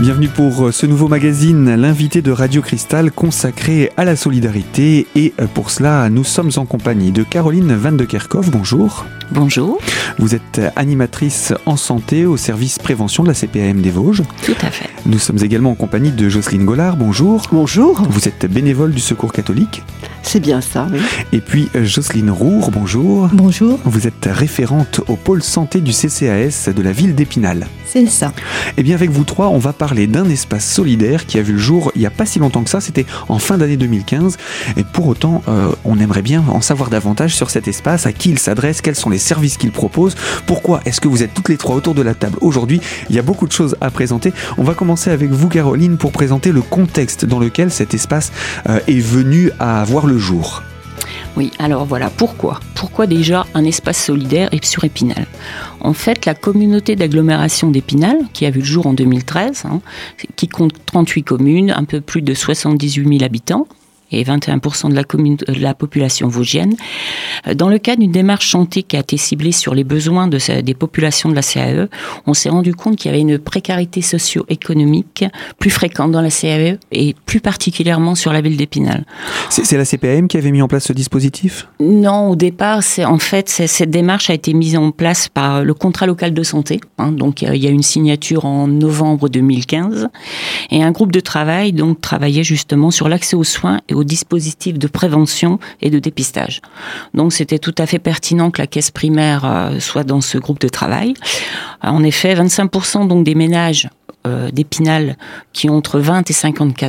Bienvenue pour ce nouveau magazine, l'invité de Radio Cristal consacré à la solidarité. Et pour cela, nous sommes en compagnie de Caroline Van de Kerkhoff. Bonjour. Bonjour. Vous êtes animatrice en santé au service prévention de la CPAM des Vosges. Tout à fait. Nous sommes également en compagnie de Jocelyne Gollard. Bonjour. Bonjour. Vous êtes bénévole du Secours catholique. C'est bien ça, oui. Et puis Jocelyne Roure. Bonjour. Bonjour. Vous êtes référente au pôle santé du CCAS de la ville d'Épinal. C'est ça. Et bien avec vous trois, on va parler d'un espace solidaire qui a vu le jour il n'y a pas si longtemps que ça, c'était en fin d'année 2015. Et pour autant, on aimerait bien en savoir davantage sur cet espace, à qui il s'adresse, quels sont les services qu'il propose, pourquoi est-ce que vous êtes toutes les trois autour de la table aujourd'hui. Il y a beaucoup de choses à présenter. On va commencer avec vous, Caroline, pour présenter le contexte dans lequel cet espace est venu à voir le jour. Oui, alors voilà, pourquoi déjà un espace solidaire sur Épinal ? En fait, la communauté d'agglomération d'Épinal, qui a vu le jour en 2013, qui compte 38 communes, un peu plus de 78 000 habitants, et 21% de la population vosgienne. Dans le cadre d'une démarche santé qui a été ciblée sur les besoins des populations de la CAE, on s'est rendu compte qu'il y avait une précarité socio-économique plus fréquente dans la CAE et plus particulièrement sur la ville d'Épinal. C'est la CPAM qui avait mis en place ce dispositif ? Non, au départ, cette démarche a été mise en place par le contrat local de santé. Donc, il y a une signature en novembre 2015 et un groupe de travail travaillait justement sur l'accès aux soins et aux dispositifs de prévention et de dépistage. Donc c'était tout à fait pertinent que la caisse primaire soit dans ce groupe de travail. En effet, 25% donc des ménages d'Épinal qui ont entre 20 et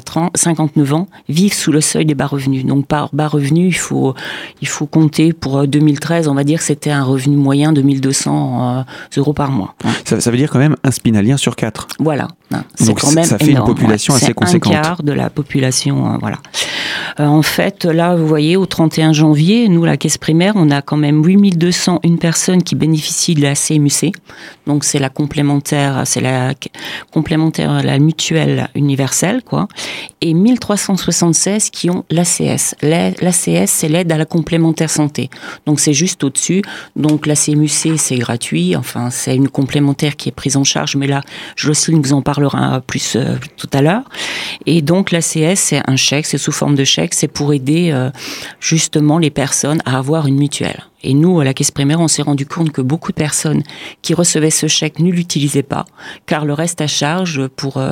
59 ans vivent sous le seuil des bas revenus. Donc par bas revenus, il faut compter pour 2013, on va dire que c'était un revenu moyen de 1 200 euros par mois. Ça veut dire quand même un spinalien sur 4. Voilà. C'est donc quand même ça fait énorme, une population assez conséquente. C'est un quart de la population, voilà. En fait, là, vous voyez, au 31 janvier, nous, la caisse primaire, on a quand même 8 201 personnes qui bénéficient de la CMUC. Donc, c'est la complémentaire à la mutuelle universelle, quoi. Et 1 376 qui ont l'ACS. L'ACS, c'est l'aide à la complémentaire santé. Donc, c'est juste au-dessus. Donc, la CMUC, c'est gratuit. Enfin, c'est une complémentaire qui est prise en charge. Mais là, Jocelyne vous en parlera plus tout à l'heure. Et donc, l'ACS, c'est un chèque, c'est sous forme de chèque, c'est pour aider justement les personnes à avoir une mutuelle. Et nous, à la caisse primaire, on s'est rendu compte que beaucoup de personnes qui recevaient ce chèque ne l'utilisaient pas, car le reste à charge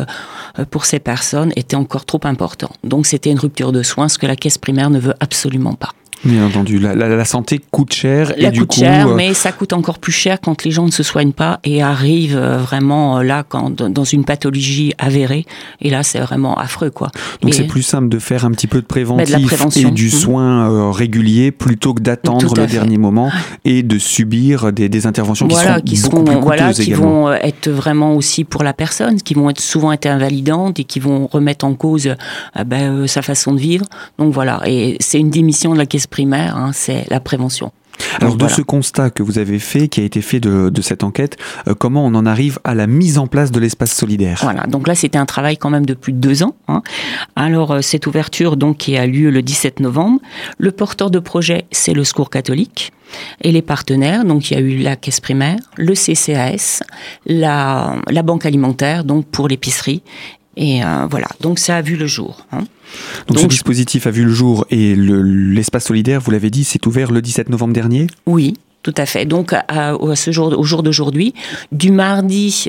pour ces personnes était encore trop important. Donc, c'était une rupture de soins, ce que la caisse primaire ne veut absolument pas. Bien entendu, la santé coûte cher. Elle coûte cher, mais ça coûte encore plus cher quand les gens ne se soignent pas et arrivent vraiment là dans une pathologie avérée. Et là, c'est vraiment affreux, quoi. Donc c'est plus simple de faire un petit peu de préventif et du soin régulier plutôt que d'attendre le dernier moment et de subir des interventions qui seront beaucoup plus coûteuses également. Qui vont être vraiment aussi pour la personne, qui vont souvent être invalidantes et qui vont remettre en cause sa façon de vivre. Donc voilà, et c'est une des missions de la caisse primaire, c'est la prévention. Alors de ce constat que vous avez fait, qui a été fait de cette enquête, comment on en arrive à la mise en place de l'espace solidaire ? Voilà, donc là c'était un travail quand même de plus de 2 ans. Alors cette ouverture donc qui a lieu le 17 novembre, le porteur de projet c'est le Secours catholique et les partenaires, donc il y a eu la caisse primaire, le CCAS, la banque alimentaire donc pour l'épicerie. Et voilà, donc ça a vu le jour. Donc ce dispositif a vu le jour et l'espace solidaire, vous l'avez dit, s'est ouvert le 17 novembre dernier ? Oui. Tout à fait. Donc, au jour d'aujourd'hui, du mardi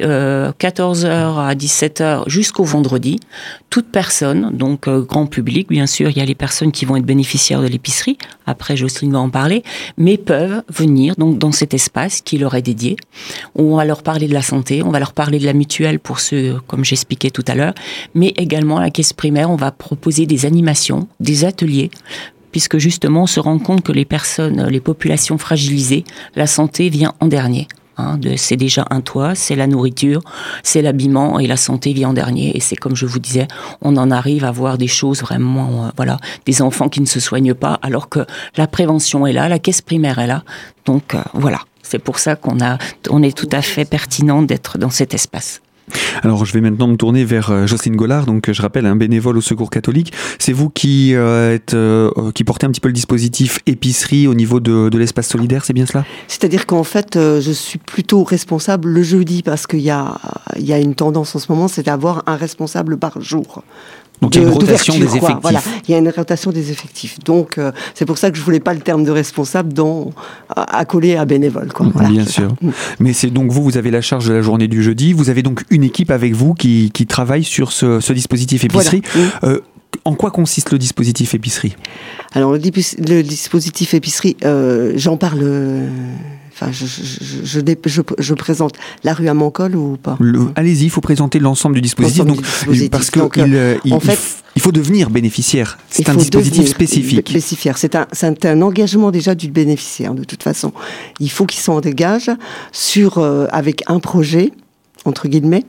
14h à 17h jusqu'au vendredi, toute personne, donc grand public, bien sûr, il y a les personnes qui vont être bénéficiaires de l'épicerie, après Jocelyne va en parler, mais peuvent venir donc dans cet espace qui leur est dédié. On va leur parler de la santé, on va leur parler de la mutuelle pour ceux, comme j'expliquais tout à l'heure, mais également à la caisse primaire, on va proposer des animations, des ateliers, puisque justement on se rend compte que les populations fragilisées, la santé vient en dernier. C'est déjà un toit, c'est la nourriture, c'est l'habillement et la santé vient en dernier. Et c'est comme je vous disais, on en arrive à voir des choses vraiment, des enfants qui ne se soignent pas, alors que la prévention est là, la caisse primaire est là. Donc voilà, c'est pour ça qu'on est tout à fait pertinent d'être dans cet espace. Alors, je vais maintenant me tourner vers Jocelyne Gollard, donc je rappelle, un bénévole au Secours catholique. C'est vous qui qui portez un petit peu le dispositif épicerie au niveau de l'espace solidaire, c'est bien cela ? C'est-à-dire qu'en fait, je suis plutôt responsable le jeudi parce qu'il y a une tendance en ce moment, c'est d'avoir un responsable par jour. Donc il y a une rotation des effectifs. Voilà, il y a une rotation des effectifs. Donc c'est pour ça que je voulais pas le terme de responsable à coller à bénévole. Voilà, bien sûr. Ça. Mais c'est donc vous avez la charge de la journée du jeudi. Vous avez donc une équipe avec vous qui travaille sur ce dispositif épicerie. Voilà. En quoi consiste le dispositif épicerie ? Alors le dispositif épicerie, j'en parle. Enfin, je présente la rue à Mancol ou pas ? Allez-y, il faut présenter l'ensemble du dispositif. Parce qu'il faut devenir béniciaire. C'est un dispositif spécifique. C'est un engagement déjà du bénéficiaire, de toute façon. Il faut qu'il s'engage avec un projet, entre guillemets,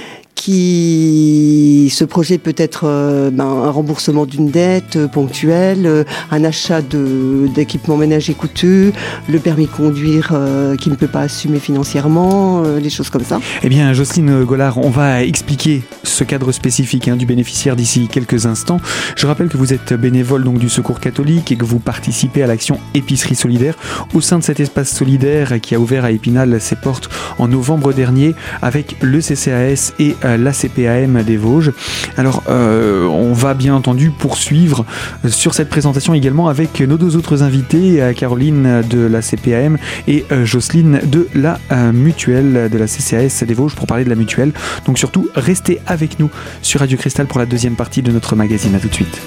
ce projet peut être un remboursement d'une dette ponctuelle, un achat d'équipements ménagers coûteux, le permis de conduire qui ne peut pas assumer financièrement, des choses comme ça. Eh bien, Jocelyne Gollard, on va expliquer ce cadre spécifique du bénéficiaire d'ici quelques instants. Je rappelle que vous êtes bénévole donc du Secours catholique et que vous participez à l'action Épicerie solidaire au sein de cet espace solidaire qui a ouvert à Épinal ses portes en novembre dernier avec le CCAS et la CPAM des Vosges. Alors, on va bien entendu poursuivre sur cette présentation également avec nos deux autres invités, Caroline de la CPAM et Jocelyne de la mutuelle de la CCAS des Vosges pour parler de la mutuelle. Donc surtout, restez avec nous sur Radio Cristal pour la deuxième partie de notre magazine. À tout de suite.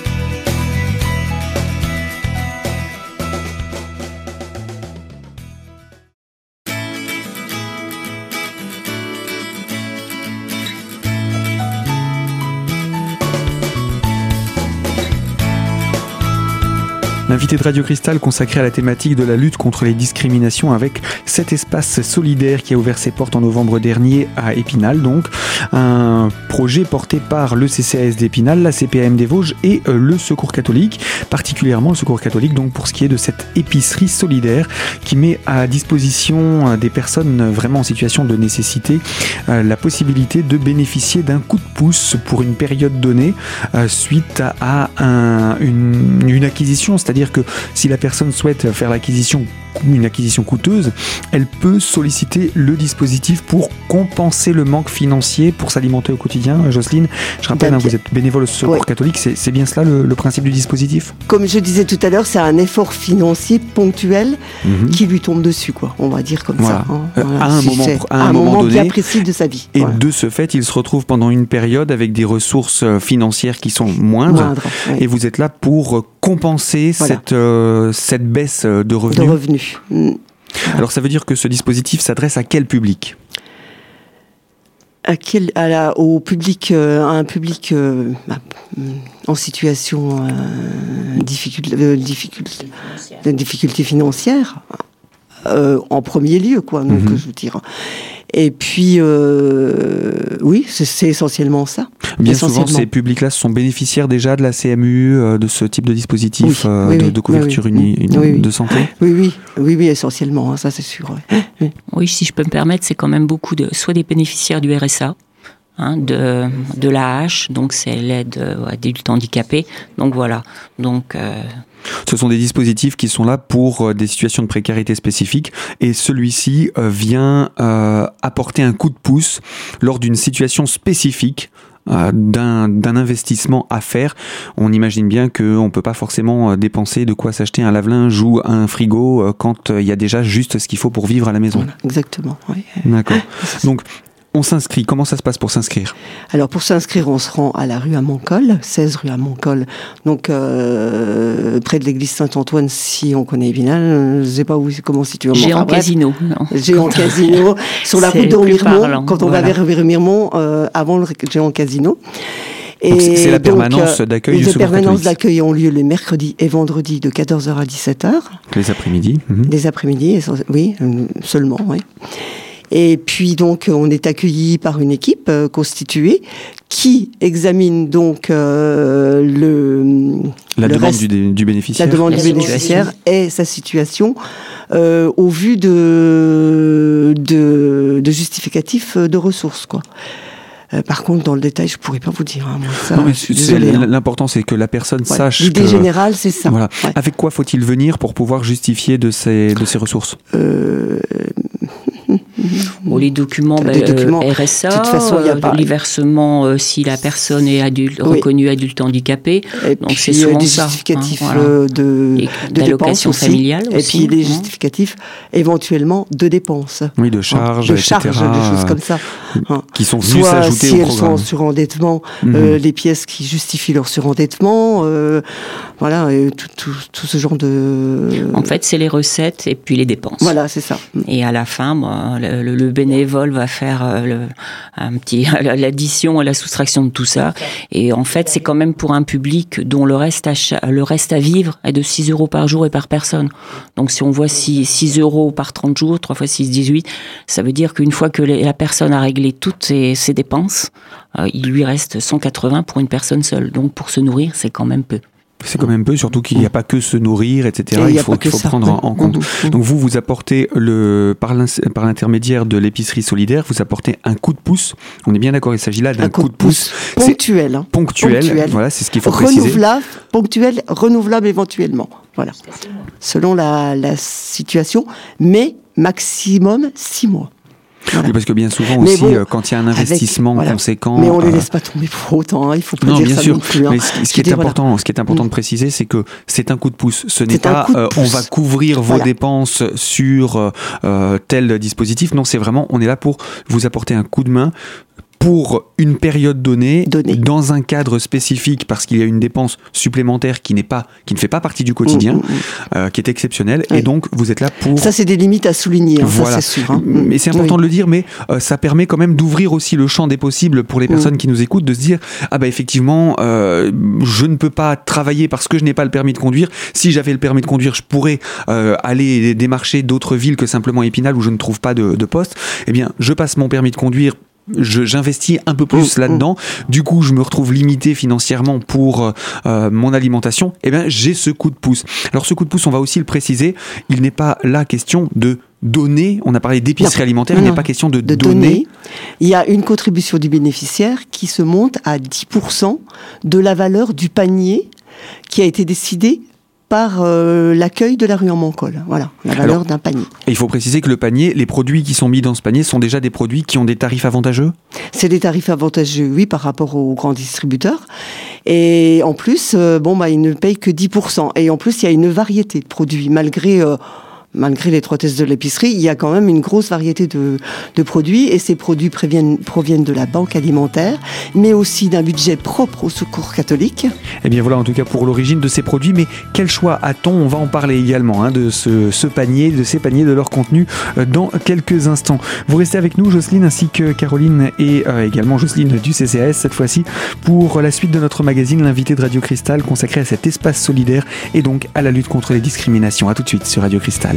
L'invité de Radio Cristal consacré à la thématique de la lutte contre les discriminations avec cet espace solidaire qui a ouvert ses portes en novembre dernier à Épinal. Donc un projet porté par le CCAS d'Épinal, la CPAM des Vosges et le Secours catholique, particulièrement le Secours catholique donc pour ce qui est de cette épicerie solidaire qui met à disposition des personnes vraiment en situation de nécessité la possibilité de bénéficier d'un coup de pouce pour une période donnée suite à une acquisition, c'est-à-dire que si la personne souhaite faire une acquisition coûteuse, elle peut solliciter le dispositif pour compenser le manque financier pour s'alimenter au quotidien. Jocelyne, je rappelle, vous êtes bénévole au Secours catholique, c'est bien cela le principe du dispositif ? Comme je disais tout à l'heure, c'est un effort financier ponctuel qui lui tombe dessus, on va dire comme ça. À un moment donné, bien précis de sa vie. Et de ce fait, il se retrouve pendant une période avec des ressources financières qui sont moindres et vous êtes là pour compenser cette baisse de revenus. Alors ça veut dire que ce dispositif s'adresse à quel public ? Au public, à un public en situation de difficulté financière, en premier lieu, donc je veux dire. Et puis, oui, c'est essentiellement ça. Bien souvent, ces publics-là sont bénéficiaires déjà de la CMU, de ce type de dispositif de couverture de santé. Oui, essentiellement, ça c'est sûr. Oui, si je peux me permettre, c'est quand même beaucoup soit des bénéficiaires du RSA, de l'AH, donc c'est l'aide à adultes handicapés. Donc voilà. Ce sont des dispositifs qui sont là pour des situations de précarité spécifiques et celui-ci vient apporter un coup de pouce lors d'une situation spécifique d'un investissement à faire. On imagine bien qu'on ne peut pas forcément dépenser de quoi s'acheter un lave-linge ou un frigo quand il y a déjà juste ce qu'il faut pour vivre à la maison. Voilà, exactement. Oui. D'accord. Donc, on s'inscrit. Comment ça se passe pour s'inscrire ? Alors, pour s'inscrire, on se rend à la rue à Mancol, 16 rue à Mancol, donc près de l'église Saint-Antoine, si on connaît Épinal. Je ne sais pas comment situer. Géant Casino. Géant Casino, sur la route de Remiremont, quand on va vers Remiremont, avant le Géant Casino. Donc c'est la permanence d'accueil du Secours catholique. Les permanences d'accueil ont lieu les mercredis et vendredis de 14h à 17h. Les après-midi. Les après-midi, oui, seulement, oui. Et puis donc on est accueilli par une équipe constituée qui examine donc la demande du bénéficiaire. La demande du bénéficiaire et sa situation au vu de justificatifs de ressources, Par contre, dans le détail, je pourrais pas vous dire. Hein, moi, ça, non, mais l'important, c'est que la personne sache. L'idée générale, c'est ça. Voilà. Ouais. Avec quoi faut-il venir pour pouvoir justifier de ces ressources? Les documents, RSA, de toute façon, les versements si la personne est adulte, reconnue adulte handicapée. Et donc c'est souvent des justificatifs de d'allocation familiale aussi. Et puis des justificatifs éventuellement de dépenses. Oui, de charges, etc. Des choses comme ça. Qui sont venus s'ajouter au programme. Si elles sont en surendettement, les pièces qui justifient leur surendettement, voilà, et tout ce genre de... En fait, c'est les recettes et puis les dépenses. Voilà, c'est ça. Et à la fin, le bénévole va faire l'addition et la soustraction de tout ça. Et en fait, c'est quand même pour un public dont le reste à vivre est de 6 € par jour et par personne. Donc si on voit 6 € par 30 jours, 3 x 6, 18, ça veut dire qu'une fois que la personne a réglé toutes ses dépenses, il lui reste 180 pour une personne seule. Donc pour se nourrir, c'est quand même peu. C'est quand même peu, surtout qu'il n'y a pas que se nourrir, etc. Il faut prendre en compte. Donc vous apportez, par l'intermédiaire de l'épicerie solidaire, vous apportez un coup de pouce. On est bien d'accord, il s'agit là d'un coup de pouce. Ponctuel. Hein. Ponctuel, voilà, c'est ce qu'il faut préciser. Renouvelable, ponctuel, renouvelable éventuellement. Voilà. Selon la situation, mais maximum 6 mois. Voilà. Oui, parce que bien souvent aussi, quand il y a un investissement conséquent... Mais on ne les laisse pas tomber pour autant, hein. Il ne faut pas dire ça non plus. Hein. Mais ce qui est important de préciser, c'est que c'est un coup de pouce. Ce n'est pas on va couvrir vos dépenses sur tel dispositif. Non, c'est vraiment, on est là pour vous apporter un coup de main pour une période donnée, dans un cadre spécifique, parce qu'il y a une dépense supplémentaire qui ne fait pas partie du quotidien, qui est exceptionnelle, et donc vous êtes là pour... Ça, c'est des limites à souligner, voilà. Ça c'est sûr. Hein. Mais c'est important de le dire, mais ça permet quand même d'ouvrir aussi le champ des possibles pour les personnes qui nous écoutent, de se dire, effectivement, je ne peux pas travailler parce que je n'ai pas le permis de conduire. Si j'avais le permis de conduire, je pourrais aller démarcher d'autres villes que simplement Épinal, où je ne trouve pas de poste. Eh bien, je passe mon permis de conduire, j'investis un peu plus là-dedans, du coup je me retrouve limité financièrement pour mon alimentation, et bien j'ai ce coup de pouce. Alors ce coup de pouce, on va aussi le préciser, il n'est pas là question de donner, on a parlé d'épicerie alimentaire, il n'est pas question de donner. Il y a une contribution du bénéficiaire qui se monte à 10% de la valeur du panier qui a été décidé par l'accueil de la rue en Mancol. Voilà, la valeur d'un panier. Et il faut préciser que le panier, les produits qui sont mis dans ce panier sont déjà des produits qui ont des tarifs avantageux ? C'est des tarifs avantageux, oui, par rapport aux grands distributeurs. Et en plus, ils ne payent que 10%. Et en plus, il y a une variété de produits, malgré l'étroitesse de l'épicerie, il y a quand même une grosse variété de produits, et ces produits proviennent de la banque alimentaire, mais aussi d'un budget propre au Secours catholique. Et bien voilà, en tout cas pour l'origine de ces produits, mais quel choix a-t-on ? On va en parler également de ce panier, de ces paniers, de leur contenu dans quelques instants. Vous restez avec nous, Jocelyne, ainsi que Caroline, et également Jocelyne du CCAS cette fois-ci, pour la suite de notre magazine, l'invité de Radio Cristal, consacré à cet espace solidaire et donc à la lutte contre les discriminations. A tout de suite sur Radio Cristal.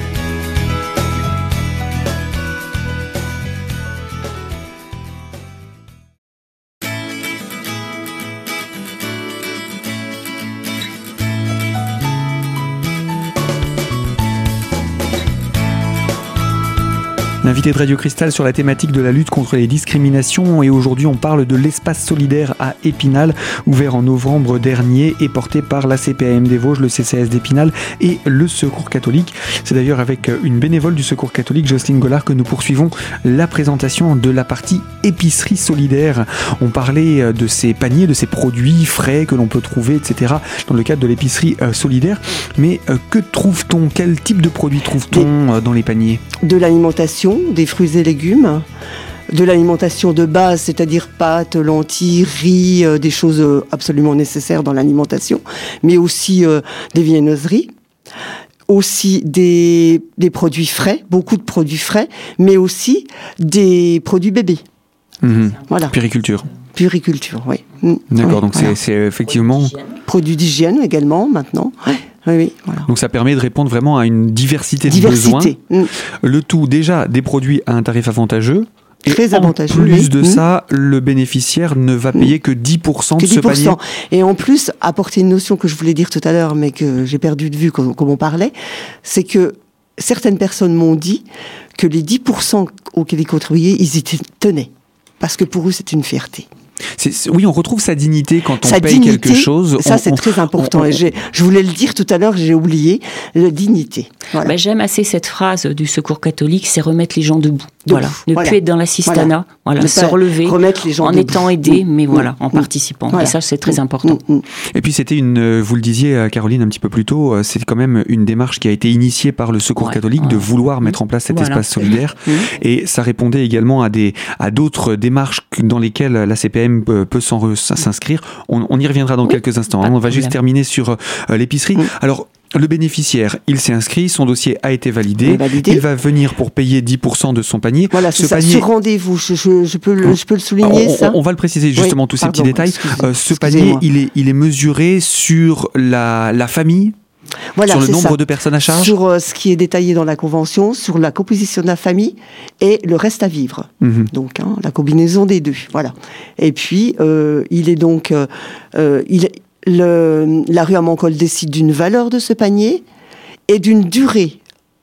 L'invité de Radio Cristal sur la thématique de la lutte contre les discriminations, et aujourd'hui on parle de l'espace solidaire à Épinal, ouvert en novembre dernier et porté par la CPAM des Vosges, le CCAS d'Épinal et le Secours catholique. C'est d'ailleurs avec une bénévole du Secours catholique, Jocelyne Gollard, que nous poursuivons la présentation de la partie épicerie solidaire. On parlait de ces paniers, de ces produits frais que l'on peut trouver, etc. dans le cadre de l'épicerie solidaire. Mais que trouve-t-on ? Quel type de produits trouve-t-on dans les paniers ? De l'alimentation, des fruits et légumes, de l'alimentation de base, c'est-à-dire pâtes, lentilles, riz, des choses absolument nécessaires dans l'alimentation, mais aussi des viennoiseries, aussi des produits frais, beaucoup de produits frais, mais aussi des produits bébés. Voilà. Puriculture, oui. D'accord, donc voilà. c'est effectivement... Produits d'hygiène également, maintenant. Oui, voilà. Donc ça permet de répondre vraiment à une diversité de besoins. Le tout, déjà, des produits à un tarif avantageux. Très avantageux. En plus de ça, le bénéficiaire ne va payer que 10% de ce panier. Et en plus, apporter une notion que je voulais dire tout à l'heure, mais que j'ai perdu de vue comme on parlait, c'est que certaines personnes m'ont dit que les 10% auxquels ils contribuaient, ils y tenaient. parce que pour eux, c'est une fierté. Oui, on retrouve sa dignité quand on sa paye dignité, quelque chose. Ça, c'est très important. Et je voulais le dire tout à l'heure, j'ai oublié, la dignité. Voilà. J'aime assez cette phrase du Secours catholique, c'est remettre les gens debout. Voilà. Ne plus être dans l'assistanat, se relever remettre les gens en debout. Étant aidé, mais en participant. Voilà. Et ça, c'est très important. Et puis, c'était vous le disiez, Caroline, un petit peu plus tôt, c'est quand même une démarche qui a été initiée par le Secours catholique de vouloir mettre en place cet espace solidaire. Et ça répondait également à d'autres démarches dans lesquelles la CPM peut s'inscrire. On y reviendra dans quelques instants. On va juste terminer sur l'épicerie. Alors, le bénéficiaire, il s'est inscrit, son dossier a été validé. Il va venir pour payer 10% de son panier. Voilà, c'est ça. Sur rendez-vous, je peux le souligner, ça. On va le préciser justement, tous ces petits détails. Ce panier, il est mesuré sur la famille. Voilà, sur le nombre de personnes à charge. Sur ce qui est détaillé dans la convention, sur la composition de la famille et le reste à vivre. Donc, la combinaison des deux. Voilà. Et puis, il est donc... la rue Amancol décide d'une valeur de ce panier et d'une durée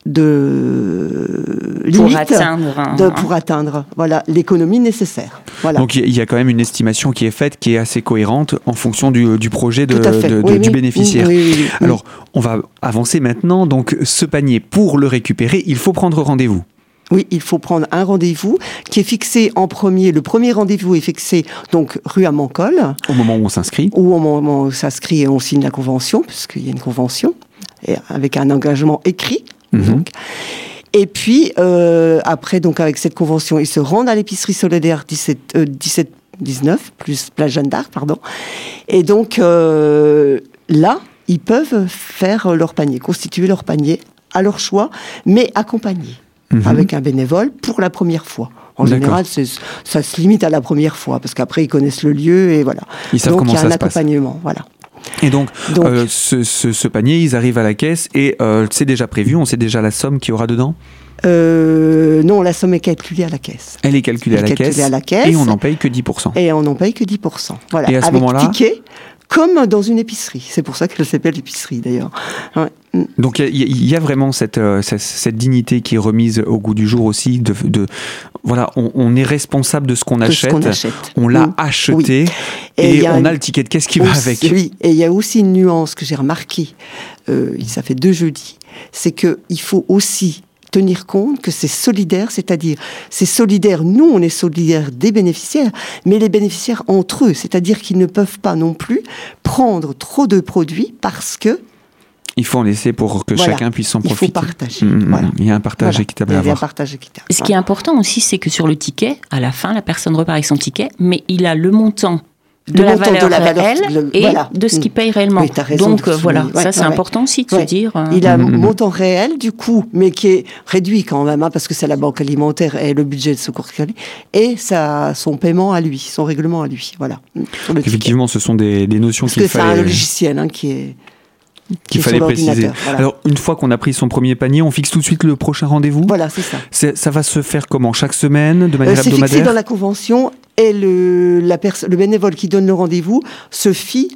de limite pour atteindre l'économie nécessaire. Voilà. Donc il y a quand même une estimation qui est faite, qui est assez cohérente en fonction du projet du bénéficiaire. Oui. Alors on va avancer maintenant. Donc ce panier, pour le récupérer, il faut prendre rendez-vous. Oui, il faut prendre un rendez-vous qui est fixé en premier. Le premier rendez-vous est fixé donc rue Amancol. Au moment où on s'inscrit. Au moment où on s'inscrit et on signe la convention, puisqu'il y a une convention, et avec un engagement écrit. Donc. Et puis, après, donc, avec cette convention, ils se rendent à l'épicerie solidaire 19, plus Place Jeanne d'Arc, pardon. Et donc, là, ils peuvent faire leur panier, constituer leur panier à leur choix, mais accompagnés. Avec un bénévole pour la première fois. En général, ça se limite à la première fois, parce qu'après, ils connaissent le lieu et voilà. Ils savent comment ça se passe. Donc, il y a un accompagnement, voilà. Et donc ce panier, ils arrivent à la caisse et c'est déjà prévu, on sait déjà la somme qu'il y aura dedans ? Non, la somme est calculée à la caisse. Elle est calculée à la caisse et on n'en paye que 10%. Et on n'en paye que 10%. Voilà. Et à ce moment-là, ticket, comme dans une épicerie. C'est pour ça qu'elle s'appelle épicerie, d'ailleurs. Ouais. Donc il y a vraiment cette dignité qui est remise au goût du jour aussi. Voilà, on est responsable de ce qu'on achète. On l'a acheté et on a le ticket de caisse qui va avec. Oui, et il y a aussi une nuance que j'ai remarquée. Ça fait 2 jeudis. C'est qu'il faut aussi tenir compte que c'est solidaire, c'est-à-dire c'est solidaire, nous on est solidaire des bénéficiaires, mais les bénéficiaires entre eux, c'est-à-dire qu'ils ne peuvent pas non plus prendre trop de produits parce que il faut en laisser pour que chacun puisse s'en profiter. Il faut partager. Il y a un partage équitable à avoir. Ce qui est important aussi, c'est que sur le ticket, à la fin, la personne repart avec son ticket, mais il a le montant de la valeur réelle et de ce qu'il paye réellement. Oui, donc voilà, ça c'est important aussi de se dire... Il a un montant réel du coup, mais qui est réduit quand même, parce que c'est la banque alimentaire et le budget de Secours catholique, et son paiement à lui, son règlement à lui. Voilà. Effectivement, ce sont des notions qu'il fallait... Parce que c'est un logiciel qu'il fallait préciser. Voilà. Alors, une fois qu'on a pris son premier panier, on fixe tout de suite le prochain rendez-vous ? Voilà, c'est ça. Ça va se faire comment ? Chaque semaine, de manière hebdomadaire ? C'est fixé dans la convention et le bénévole qui donne le rendez-vous se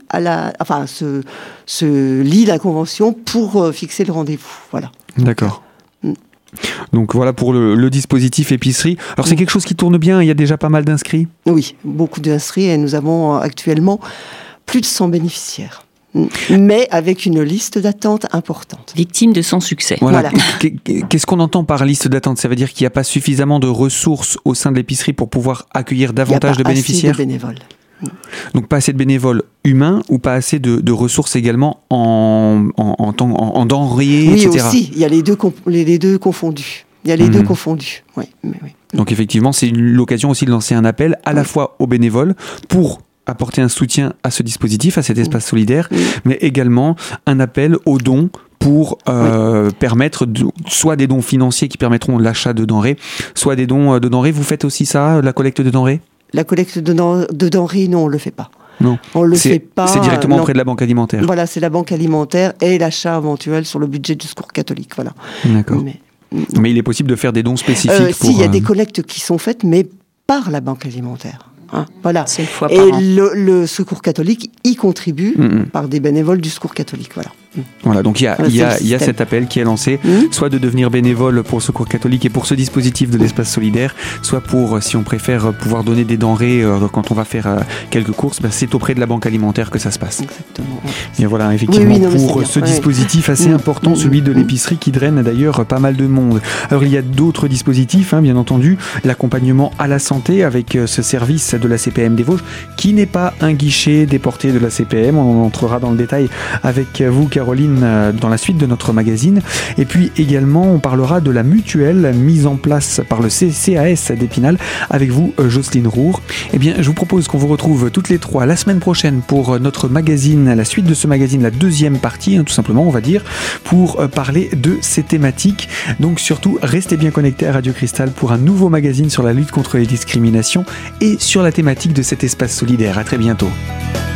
lit la convention pour fixer le rendez-vous. Voilà. D'accord. Donc voilà pour le dispositif épicerie. Alors c'est quelque chose qui tourne bien, il y a déjà pas mal d'inscrits ? Oui, beaucoup d'inscrits et nous avons actuellement plus de 100 bénéficiaires. Mais avec une liste d'attente importante. Victime de son succès. Voilà. Qu'est-ce qu'on entend par liste d'attente ? Ça veut dire qu'il n'y a pas suffisamment de ressources au sein de l'épicerie pour pouvoir accueillir davantage de bénéficiaires ? Il n'y a pas assez de bénévoles. Donc pas assez de bénévoles humains ou pas assez de ressources également en denrées, oui, etc. Oui, aussi. Il y a les deux confondus. Oui. Donc effectivement, c'est l'occasion aussi de lancer un appel à la fois aux bénévoles pour apporter un soutien à ce dispositif, à cet espace solidaire, mais également un appel aux dons pour permettre soit des dons financiers qui permettront l'achat de denrées, soit des dons de denrées. Vous faites aussi ça, la collecte de denrées ? La collecte de denrées, non, on ne le fait pas. Non, on le fait pas. C'est directement auprès de la banque alimentaire. Voilà, c'est la banque alimentaire et l'achat éventuel sur le budget du Secours catholique. Voilà. D'accord. Mais il est possible de faire des dons spécifiques pour... il y a des collectes qui sont faites, mais par la banque alimentaire. Voilà. C'est une fois par an. Et le Secours catholique y contribue par des bénévoles du Secours catholique. Voilà. Voilà, donc il y a cet appel qui est lancé, soit de devenir bénévole pour le Secours catholique et pour ce dispositif de l'espace solidaire, soit pour, si on préfère, pouvoir donner des denrées quand on va faire quelques courses, c'est auprès de la banque alimentaire que ça se passe. Exactement. Et voilà, effectivement, pour ce dispositif assez important, celui de l'épicerie qui draine d'ailleurs pas mal de monde. Alors il y a d'autres dispositifs, bien entendu, l'accompagnement à la santé avec ce service de la CPM des Vosges, qui n'est pas un guichet déporté de la CPM, on en entrera dans le détail avec vous, Caroline, dans la suite de notre magazine. Et puis également, on parlera de la mutuelle mise en place par le CCAS d'Épinal avec vous, Jocelyne Roure. Eh bien, je vous propose qu'on vous retrouve toutes les trois la semaine prochaine pour notre magazine, la suite de ce magazine, la deuxième partie, tout simplement, on va dire, pour parler de ces thématiques. Donc surtout, restez bien connectés à Radio Cristal pour un nouveau magazine sur la lutte contre les discriminations et sur la thématique de cet espace solidaire. À très bientôt.